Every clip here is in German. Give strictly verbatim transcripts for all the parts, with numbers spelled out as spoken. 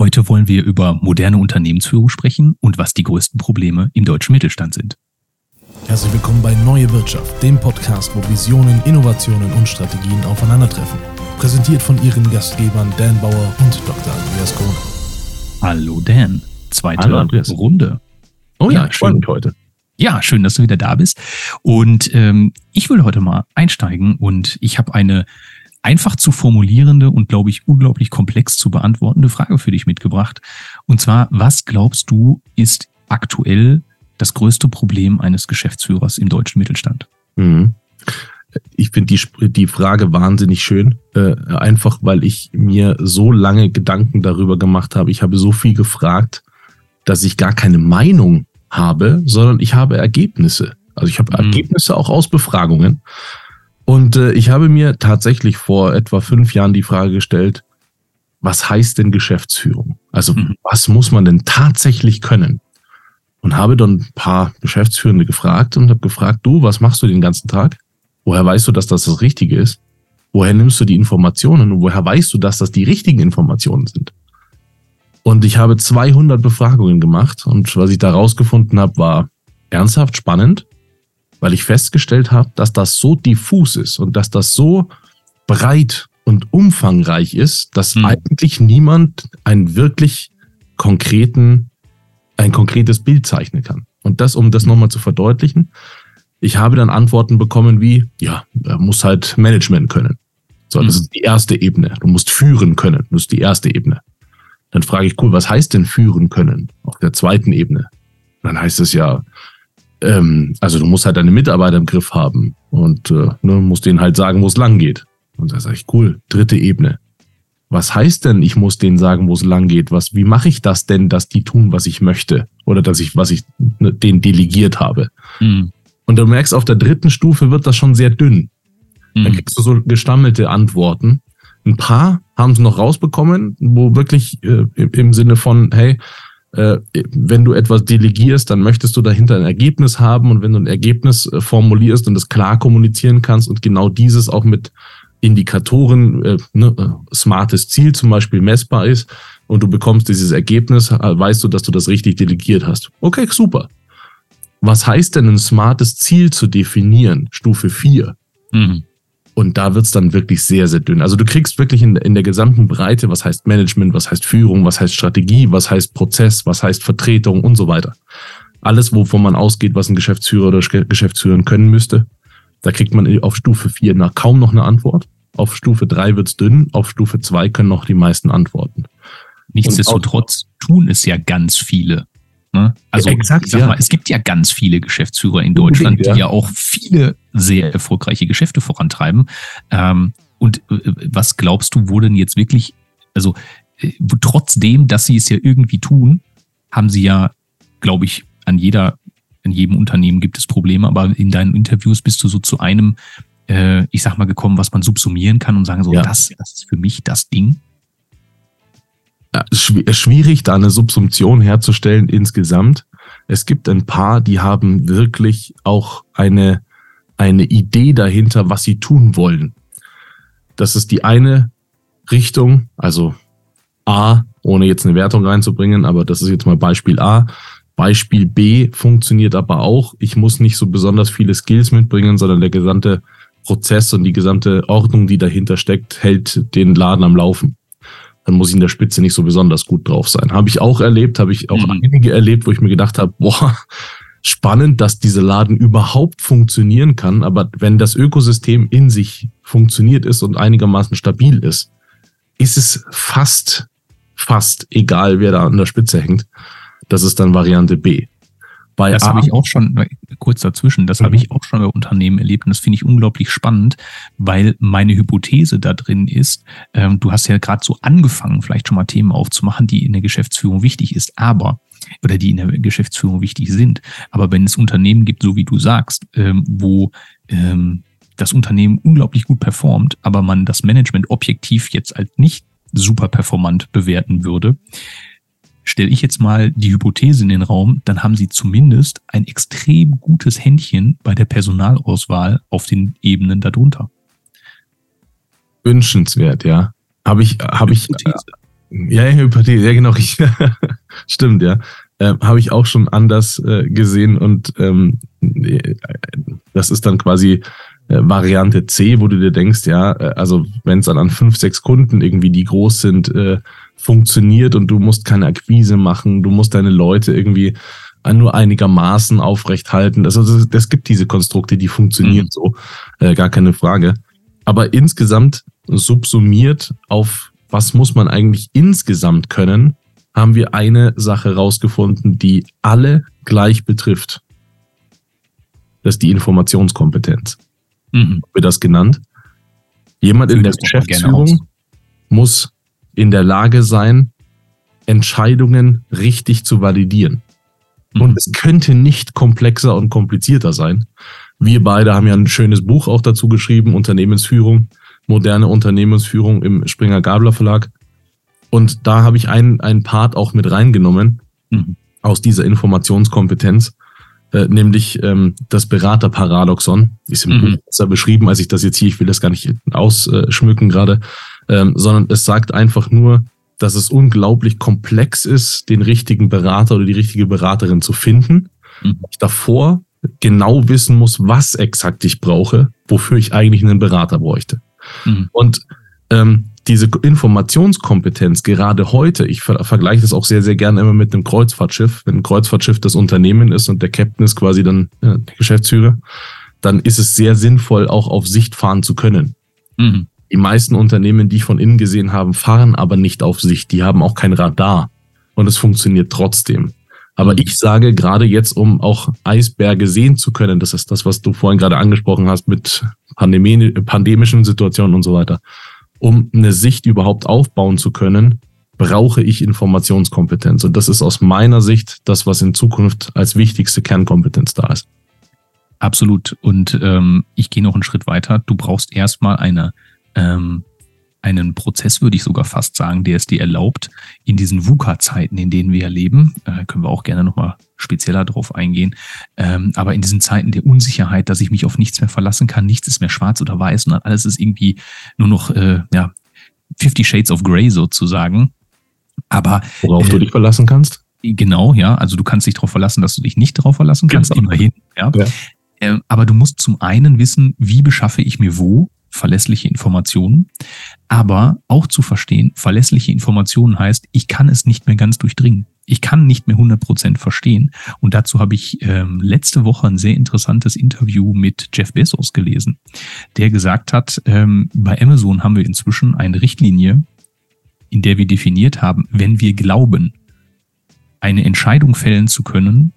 Heute wollen wir über moderne Unternehmensführung sprechen und was die größten Probleme im deutschen Mittelstand sind. Herzlich willkommen bei Neue Wirtschaft, dem Podcast, wo Visionen, Innovationen und Strategien aufeinandertreffen. Präsentiert von Ihren Gastgebern Dan Bauer und Doktor Andreas Kohn. Hallo Dan, zweite Hallo Andreas. Runde. Oh ja, ich freue mich heute. Ja, schön, dass du wieder da bist. Und ähm, ich will heute mal einsteigen und ich habe eine einfach zu formulierende und, glaube ich, unglaublich komplex zu beantwortende Frage für dich mitgebracht. Und zwar, was glaubst du, ist aktuell das größte Problem eines Geschäftsführers im deutschen Mittelstand? Mhm. Ich finde die, die Frage wahnsinnig schön, äh, einfach weil ich mir so lange Gedanken darüber gemacht habe. Ich habe so viel gefragt, dass ich gar keine Meinung habe, sondern ich habe Ergebnisse. Also ich habe mhm. Ergebnisse auch aus Befragungen. Und äh, ich habe mir tatsächlich vor etwa fünf Jahren die Frage gestellt, was heißt denn Geschäftsführung? Also mhm. was muss man denn tatsächlich können? Und habe dann ein paar Geschäftsführende gefragt und habe gefragt, du, was machst du den ganzen Tag? Woher weißt du, dass das das Richtige ist? Woher nimmst du die Informationen und woher weißt du, dass das die richtigen Informationen sind? Und ich habe zweihundert Befragungen gemacht und was ich da rausgefunden habe, war ernsthaft spannend, weil ich festgestellt habe, dass das so diffus ist und dass das so breit und umfangreich ist, dass hm. eigentlich niemand einen wirklich konkreten, ein konkretes Bild zeichnen kann. Und das, um das nochmal zu verdeutlichen, ich habe dann Antworten bekommen wie, ja, er muss halt Management können. So, das hm. ist die erste Ebene. Du musst führen können. Das ist die erste Ebene. Dann frage ich, cool, was heißt denn führen können auf der zweiten Ebene? Dann heißt es ja, also du musst halt deine Mitarbeiter im Griff haben und äh, ne, musst denen halt sagen, wo es lang geht. Und da sage ich, cool, dritte Ebene. Was heißt denn, ich muss denen sagen, wo es lang geht? Was, wie mache ich das denn, dass die tun, was ich möchte? Oder dass ich, was ich ne, denen delegiert habe? Mhm. Und du merkst, auf der dritten Stufe wird das schon sehr dünn. Mhm. Dann kriegst du so gestammelte Antworten. Ein paar haben es noch rausbekommen, wo wirklich äh, im Sinne von, hey, wenn du etwas delegierst, dann möchtest du dahinter ein Ergebnis haben und wenn du ein Ergebnis formulierst und das klar kommunizieren kannst und genau dieses auch mit Indikatoren, äh, ne, smartes Ziel zum Beispiel messbar ist und du bekommst dieses Ergebnis, weißt du, dass du das richtig delegiert hast. Okay, super. Was heißt denn ein smartes Ziel zu definieren? Stufe vier. Mhm. Und da wird's dann wirklich sehr, sehr dünn. Also du kriegst wirklich in, in der gesamten Breite, was heißt Management, was heißt Führung, was heißt Strategie, was heißt Prozess, was heißt Vertretung und so weiter. Alles, wovon man ausgeht, was ein Geschäftsführer oder Geschäftsführerin können müsste, da kriegt man auf Stufe vier nach kaum noch eine Antwort. Auf Stufe drei wird's dünn, auf Stufe zwei können noch die meisten antworten. Nichtsdestotrotz tun es ja ganz viele. Also ja, exakt, ich sag mal, ja. Es gibt ja ganz viele Geschäftsführer in Deutschland, ja. die ja auch viele sehr erfolgreiche Geschäfte vorantreiben. Und was glaubst du, wo denn jetzt wirklich, also trotzdem, dass sie es ja irgendwie tun, haben sie ja, glaube ich, an jeder, in jedem Unternehmen gibt es Probleme, aber in deinen Interviews bist du so zu einem, ich sag mal, gekommen, was man subsumieren kann und sagen so, ja. das, das ist für mich das Ding. Ja, schwierig, da eine Subsumption herzustellen insgesamt. Es gibt ein paar, die haben wirklich auch eine, eine Idee dahinter, was sie tun wollen. Das ist die eine Richtung, also A, ohne jetzt eine Wertung reinzubringen, aber das ist jetzt mal Beispiel A. Beispiel B funktioniert aber auch. Ich muss nicht so besonders viele Skills mitbringen, sondern der gesamte Prozess und die gesamte Ordnung, die dahinter steckt, hält den Laden am Laufen. Dann muss ich in der Spitze nicht so besonders gut drauf sein. Habe ich auch erlebt, habe ich auch mhm. einige erlebt, wo ich mir gedacht habe, boah, spannend, dass dieser Laden überhaupt funktionieren kann. Aber wenn das Ökosystem in sich funktioniert ist und einigermaßen stabil ist, ist es fast, fast egal, wer da an der Spitze hängt. Das ist dann Variante B. Bei das habe ich auch schon, kurz dazwischen, das mhm. habe ich auch schon bei Unternehmen erlebt und das finde ich unglaublich spannend, weil meine Hypothese da drin ist, ähm, du hast ja gerade so angefangen, vielleicht schon mal Themen aufzumachen, die in der Geschäftsführung wichtig ist, aber, oder die in der Geschäftsführung wichtig sind. Aber wenn es Unternehmen gibt, so wie du sagst, ähm, wo ähm, das Unternehmen unglaublich gut performt, aber man das Management objektiv jetzt als nicht super performant bewerten würde, stelle ich jetzt mal die Hypothese in den Raum, dann haben sie zumindest ein extrem gutes Händchen bei der Personalauswahl auf den Ebenen darunter. Wünschenswert, ja. Habe ich, habe ich, Ja, Hypothese, ja genau. Ich, stimmt, ja. Äh, habe ich auch schon anders äh, gesehen und ähm, das ist dann quasi äh, Variante C, wo du dir denkst, ja, äh, also wenn es dann an fünf, sechs Kunden irgendwie, die groß sind, äh, funktioniert und du musst keine Akquise machen, du musst deine Leute irgendwie nur einigermaßen aufrecht halten. Also das, das gibt diese Konstrukte, die funktionieren mhm. so, äh, gar keine Frage. Aber insgesamt subsumiert auf was muss man eigentlich insgesamt können, haben wir eine Sache rausgefunden, die alle gleich betrifft. Das ist die Informationskompetenz. Mhm. Wird das genannt? Jemand in der Geschäftsführung muss in der Lage sein, Entscheidungen richtig zu validieren. Mhm. Und es könnte nicht komplexer und komplizierter sein. Wir beide haben ja ein schönes Buch auch dazu geschrieben, Unternehmensführung, moderne Unternehmensführung im Springer-Gabler Verlag. Und da habe ich einen, einen Part auch mit reingenommen mhm. aus dieser Informationskompetenz, äh, nämlich ähm, das Beraterparadoxon. Ist im mhm. Buch besser beschrieben, als ich das jetzt hier, ich will das gar nicht ausschmücken gerade, ähm, sondern es sagt einfach nur, dass es unglaublich komplex ist, den richtigen Berater oder die richtige Beraterin zu finden. Mhm. Ich davor genau wissen muss, was exakt ich brauche, wofür ich eigentlich einen Berater bräuchte. Mhm. Und ähm, diese Informationskompetenz gerade heute, ich ver- vergleiche das auch sehr, sehr gerne immer mit einem Kreuzfahrtschiff. Wenn ein Kreuzfahrtschiff das Unternehmen ist und der Captain ist quasi dann äh, der Geschäftsführer, dann ist es sehr sinnvoll, auch auf Sicht fahren zu können. Mhm. Die meisten Unternehmen, die ich von innen gesehen habe, fahren aber nicht auf Sicht. Die haben auch kein Radar und es funktioniert trotzdem. Aber mhm. ich sage gerade jetzt, um auch Eisberge sehen zu können, das ist das, was du vorhin gerade angesprochen hast mit Pandemie, pandemischen Situationen und so weiter. Um eine Sicht überhaupt aufbauen zu können, brauche ich Informationskompetenz. Und das ist aus meiner Sicht das, was in Zukunft als wichtigste Kernkompetenz da ist. Absolut. Und ähm, ich gehe noch einen Schritt weiter. Du brauchst erstmal eine ähm, einen Prozess, würde ich sogar fast sagen, der es dir erlaubt, in diesen VUCA-Zeiten, in denen wir leben, äh, können wir auch gerne nochmal spezieller drauf eingehen, ähm, aber in diesen Zeiten der Unsicherheit, dass ich mich auf nichts mehr verlassen kann, nichts ist mehr schwarz oder weiß, sondern alles ist irgendwie nur noch äh, ja, Fifty Shades of Grey sozusagen. Aber worauf äh, du dich verlassen kannst? Genau, ja, also du kannst dich darauf verlassen, dass du dich nicht darauf verlassen kannst, genau. Immerhin. Ja. Ja. Äh, aber du musst zum einen wissen, wie beschaffe ich mir wo verlässliche Informationen, aber auch zu verstehen, verlässliche Informationen heißt, ich kann es nicht mehr ganz durchdringen. Ich kann nicht mehr hundert Prozent verstehen. Und dazu habe ich ähm, letzte Woche ein sehr interessantes Interview mit Jeff Bezos gelesen, der gesagt hat, ähm, bei Amazon haben wir inzwischen eine Richtlinie, in der wir definiert haben, wenn wir glauben, eine Entscheidung fällen zu können,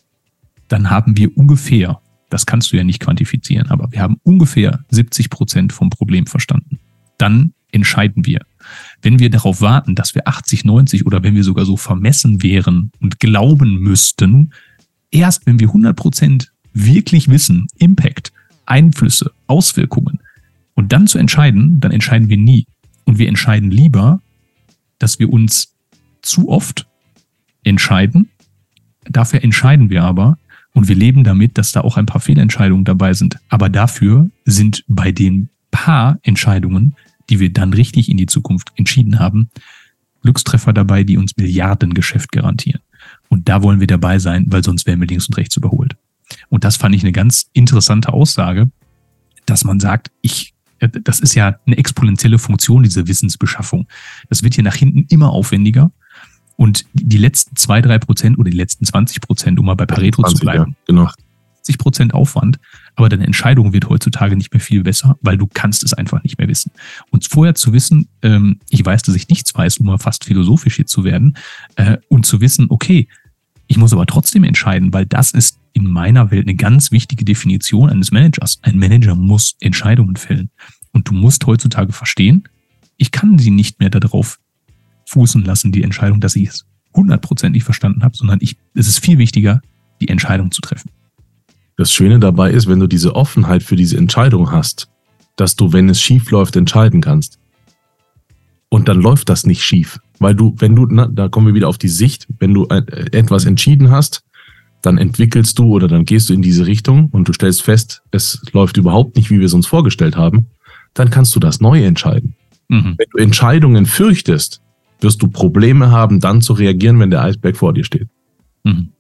dann haben wir ungefähr, das kannst du ja nicht quantifizieren, aber wir haben ungefähr siebzig Prozent vom Problem verstanden. Dann entscheiden wir. Wenn wir darauf warten, dass wir achtzig, neunzig oder wenn wir sogar so vermessen wären und glauben müssten, erst wenn wir hundert Prozent wirklich wissen, Impact, Einflüsse, Auswirkungen und dann zu entscheiden, dann entscheiden wir nie. Und wir entscheiden lieber, dass wir uns zu oft entscheiden. Dafür entscheiden wir aber, und wir leben damit, dass da auch ein paar Fehlentscheidungen dabei sind. Aber dafür sind bei den paar Entscheidungen, die wir dann richtig in die Zukunft entschieden haben, Glückstreffer dabei, die uns Milliardengeschäft garantieren. Und da wollen wir dabei sein, weil sonst werden wir links und rechts überholt. Und das fand ich eine ganz interessante Aussage, dass man sagt, ich, das ist ja eine exponentielle Funktion, diese Wissensbeschaffung. Das wird hier nach hinten immer aufwendiger. Und die letzten zwei, drei Prozent oder die letzten zwanzig Prozent, um mal bei Pareto zwanzig, zu bleiben, ja, genau. achtzig Prozent Aufwand, aber deine Entscheidung wird heutzutage nicht mehr viel besser, weil du kannst es einfach nicht mehr wissen. Und vorher zu wissen, ähm, ich weiß, dass ich nichts weiß, um mal fast philosophisch hier zu werden, äh, und zu wissen, okay, ich muss aber trotzdem entscheiden, weil das ist in meiner Welt eine ganz wichtige Definition eines Managers. Ein Manager muss Entscheidungen fällen. Und du musst heutzutage verstehen, ich kann sie nicht mehr darauf fußen lassen, die Entscheidung, dass ich es hundertprozentig verstanden habe, sondern ich, es ist viel wichtiger, die Entscheidung zu treffen. Das Schöne dabei ist, wenn du diese Offenheit für diese Entscheidung hast, dass du, wenn es schief läuft, entscheiden kannst. Und dann läuft das nicht schief. Weil du, wenn du, na, da kommen wir wieder auf die Sicht, wenn du etwas entschieden hast, dann entwickelst du oder dann gehst du in diese Richtung und du stellst fest, es läuft überhaupt nicht, wie wir es uns vorgestellt haben, dann kannst du das neu entscheiden. Mhm. Wenn du Entscheidungen fürchtest, wirst du Probleme haben, dann zu reagieren, wenn der Eisberg vor dir steht. Mhm.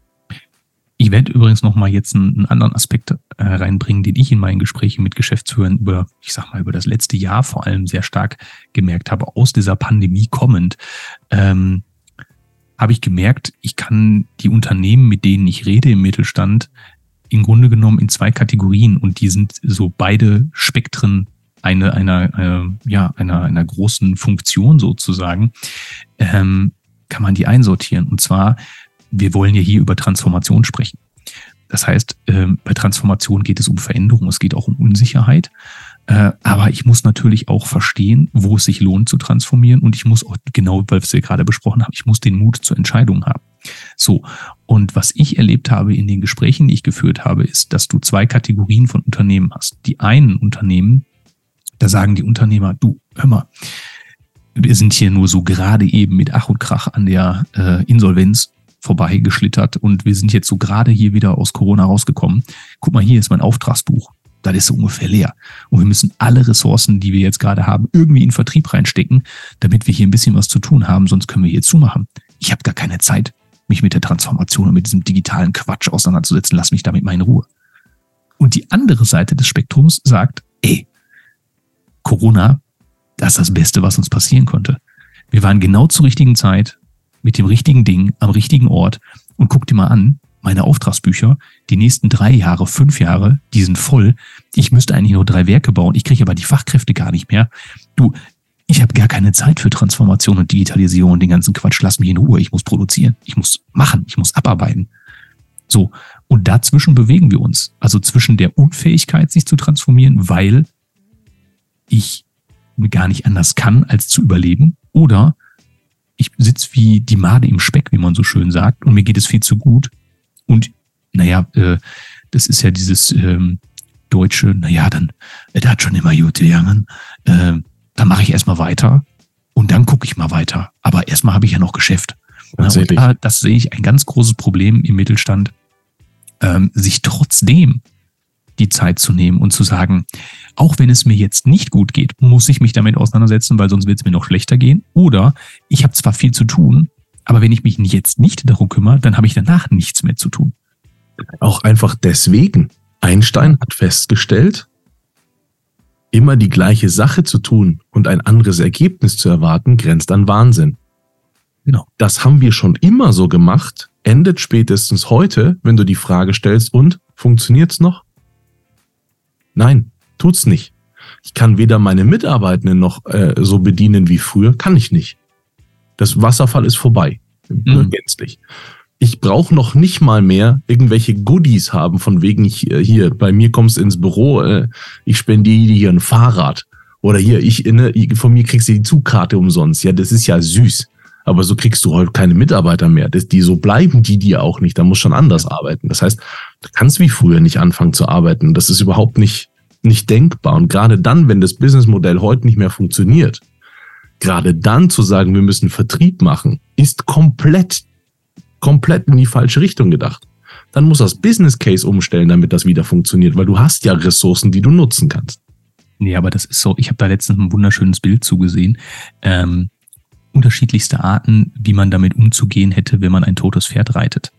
Ich werde übrigens nochmal jetzt einen, einen anderen Aspekt äh, reinbringen, den ich in meinen Gesprächen mit Geschäftsführern über, ich sag mal, über das letzte Jahr vor allem sehr stark gemerkt habe, aus dieser Pandemie kommend, ähm, habe ich gemerkt, ich kann die Unternehmen, mit denen ich rede im Mittelstand, im Grunde genommen in zwei Kategorien, und die sind so beide Spektren eine, einer, äh, ja, einer, einer großen Funktion sozusagen, ähm, kann man die einsortieren. Und zwar, wir wollen ja hier über Transformation sprechen. Das heißt, bei Transformation geht es um Veränderung, es geht auch um Unsicherheit. Aber ich muss natürlich auch verstehen, wo es sich lohnt zu transformieren. Und ich muss auch, genau, weil wir gerade besprochen haben, ich muss den Mut zur Entscheidung haben. So, und was ich erlebt habe in den Gesprächen, die ich geführt habe, ist, dass du zwei Kategorien von Unternehmen hast. Die einen Unternehmen, da sagen die Unternehmer, du, hör mal, wir sind hier nur so gerade eben mit Ach und Krach an der äh, Insolvenz vorbeigeschlittert und wir sind jetzt so gerade hier wieder aus Corona rausgekommen. Guck mal, hier ist mein Auftragsbuch. Das ist so ungefähr leer. Und wir müssen alle Ressourcen, die wir jetzt gerade haben, irgendwie in Vertrieb reinstecken, damit wir hier ein bisschen was zu tun haben, sonst können wir hier zumachen. Ich habe gar keine Zeit, mich mit der Transformation und mit diesem digitalen Quatsch auseinanderzusetzen. Lass mich damit mal in Ruhe. Und die andere Seite des Spektrums sagt, ey, Corona, das ist das Beste, was uns passieren konnte. Wir waren genau zur richtigen Zeit, mit dem richtigen Ding, am richtigen Ort, und guck dir mal an, meine Auftragsbücher, die nächsten drei Jahre, fünf Jahre, die sind voll. Ich müsste eigentlich nur drei Werke bauen, ich kriege aber die Fachkräfte gar nicht mehr. Du, ich habe gar keine Zeit für Transformation und Digitalisierung und den ganzen Quatsch, lass mich in Ruhe, ich muss produzieren, ich muss machen, ich muss abarbeiten. So, und dazwischen bewegen wir uns, also zwischen der Unfähigkeit, sich zu transformieren, weil ich gar nicht anders kann, als zu überleben, oder ich sitze wie die Made im Speck, wie man so schön sagt, und mir geht es viel zu gut. Und naja, äh, das ist ja dieses ähm, deutsche, naja, dann, es hat schon immer gut gegangen, äh, dann mache ich erstmal weiter und dann gucke ich mal weiter. Aber erstmal habe ich ja noch Geschäft. Und da, das sehe ich ein ganz großes Problem im Mittelstand, ähm, sich trotzdem die Zeit zu nehmen und zu sagen, auch wenn es mir jetzt nicht gut geht, muss ich mich damit auseinandersetzen, weil sonst wird es mir noch schlechter gehen. Oder ich habe zwar viel zu tun, aber wenn ich mich jetzt nicht darum kümmere, dann habe ich danach nichts mehr zu tun. Auch einfach deswegen. Einstein hat festgestellt, immer die gleiche Sache zu tun und ein anderes Ergebnis zu erwarten, grenzt an Wahnsinn. Genau. Das haben wir schon immer so gemacht, endet spätestens heute, wenn du die Frage stellst, und funktioniert's noch? Nein, tut's nicht. Ich kann weder meine Mitarbeitenden noch äh, so bedienen wie früher, kann ich nicht. Das Wasserfall ist vorbei, mhm. gänzlich. Ich brauche noch nicht mal mehr irgendwelche Goodies haben, von wegen ich, äh, hier, bei mir kommst du ins Büro, äh, ich spendiere dir hier ein Fahrrad. Oder hier, ich, ne, von mir kriegst du die Zugkarte umsonst. Ja, das ist ja süß. Aber so kriegst du heute keine Mitarbeiter mehr. Das, die, so bleiben die dir auch nicht. Da musst du schon anders arbeiten. Das heißt, du kannst wie früher nicht anfangen zu arbeiten. Das ist überhaupt nicht, nicht denkbar. Und gerade dann, wenn das Businessmodell heute nicht mehr funktioniert, gerade dann zu sagen, wir müssen Vertrieb machen, ist komplett, komplett in die falsche Richtung gedacht. Dann muss das Business Case umstellen, damit das wieder funktioniert, weil du hast ja Ressourcen, die du nutzen kannst. Nee, aber das ist so, ich habe da letztens ein wunderschönes Bild zugesehen. Ähm, unterschiedlichste Arten, wie man damit umzugehen hätte, wenn man ein totes Pferd reitet.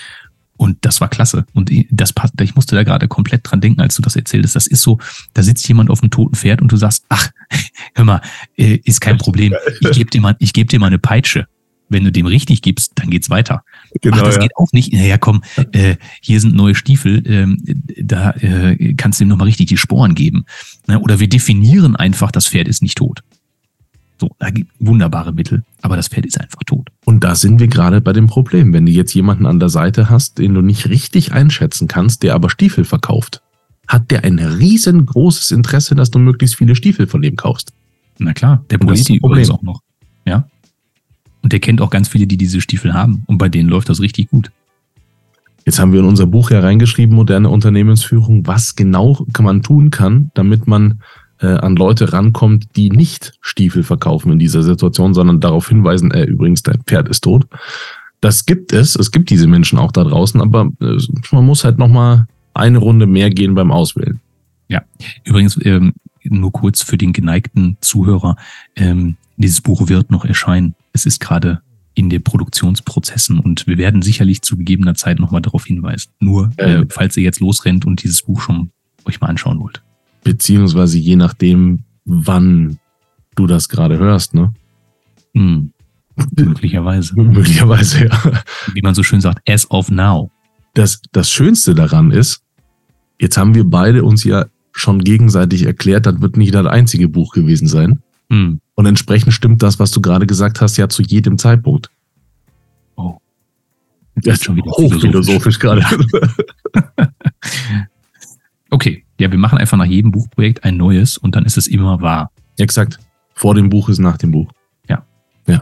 Und das war klasse. Und das passt, ich musste da gerade komplett dran denken, als du das erzähltest. Das ist so, da sitzt jemand auf einem toten Pferd und du sagst, ach, hör mal, ist kein Problem. Ich gebe dir mal, ich gebe dir mal eine Peitsche. Wenn du dem richtig gibst, dann geht's weiter. Genau, ach, das ja. geht auch nicht. Naja, komm, äh, hier sind neue Stiefel, ähm, da äh, kannst du ihm nochmal richtig die Sporen geben. Oder wir definieren einfach, das Pferd ist nicht tot. So, da gibt wunderbare Mittel, aber das Pferd ist einfach tot. Und da sind wir gerade bei dem Problem. Wenn du jetzt jemanden an der Seite hast, den du nicht richtig einschätzen kannst, der aber Stiefel verkauft, hat der ein riesengroßes Interesse, dass du möglichst viele Stiefel von dem kaufst. Na klar, der Politi übrigens auch noch. Ja. Und der kennt auch ganz viele, die diese Stiefel haben. Und bei denen läuft das richtig gut. Jetzt haben wir in unser Buch ja reingeschrieben, moderne Unternehmensführung, was genau man tun kann, damit man an Leute rankommt, die nicht Stiefel verkaufen in dieser Situation, sondern darauf hinweisen, äh, übrigens, dein Pferd ist tot. Das gibt es, es gibt diese Menschen auch da draußen, aber äh, man muss halt nochmal eine Runde mehr gehen beim Auswählen. Ja, übrigens, ähm, nur kurz für den geneigten Zuhörer, ähm, dieses Buch wird noch erscheinen. Es ist gerade in den Produktionsprozessen und wir werden sicherlich zu gegebener Zeit nochmal darauf hinweisen. Nur, äh, falls ihr jetzt losrennt und dieses Buch schon euch mal anschauen wollt. Beziehungsweise je nachdem, wann du das gerade hörst, ne? Hm. Möglicherweise. Möglicherweise, ja. Wie man so schön sagt, as of now. Das, das Schönste daran ist, jetzt haben wir beide uns ja schon gegenseitig erklärt, das wird nicht das einzige Buch gewesen sein. Hm. Und entsprechend stimmt das, was du gerade gesagt hast, ja zu jedem Zeitpunkt. Oh. Das ist schon wieder hochphilosophisch gerade. Ja. Okay, ja, wir machen einfach nach jedem Buchprojekt ein neues und dann ist es immer wahr. Exakt. Vor dem Buch ist nach dem Buch. Ja. Ja.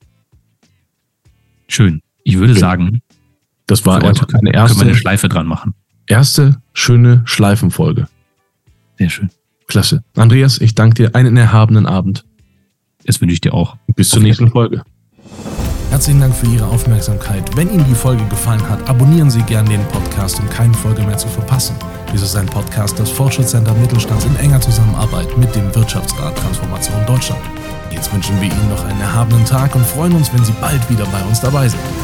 Schön. Ich würde okay. sagen, das war heute einfach eine erste, können wir eine Schleife dran machen. Erste schöne Schleifenfolge. Sehr schön. Klasse. Andreas, ich danke dir. Einen erhabenen Abend. Das wünsche ich dir auch. Bis zur nächsten Folge. Herzlichen Dank für Ihre Aufmerksamkeit. Wenn Ihnen die Folge gefallen hat, abonnieren Sie gerne den Podcast, um keine Folge mehr zu verpassen. Dies ist ein Podcast des Fortschrittscenter Mittelstands in enger Zusammenarbeit mit dem Wirtschaftsrat Transformation Deutschland. Jetzt wünschen wir Ihnen noch einen erhabenen Tag und freuen uns, wenn Sie bald wieder bei uns dabei sind.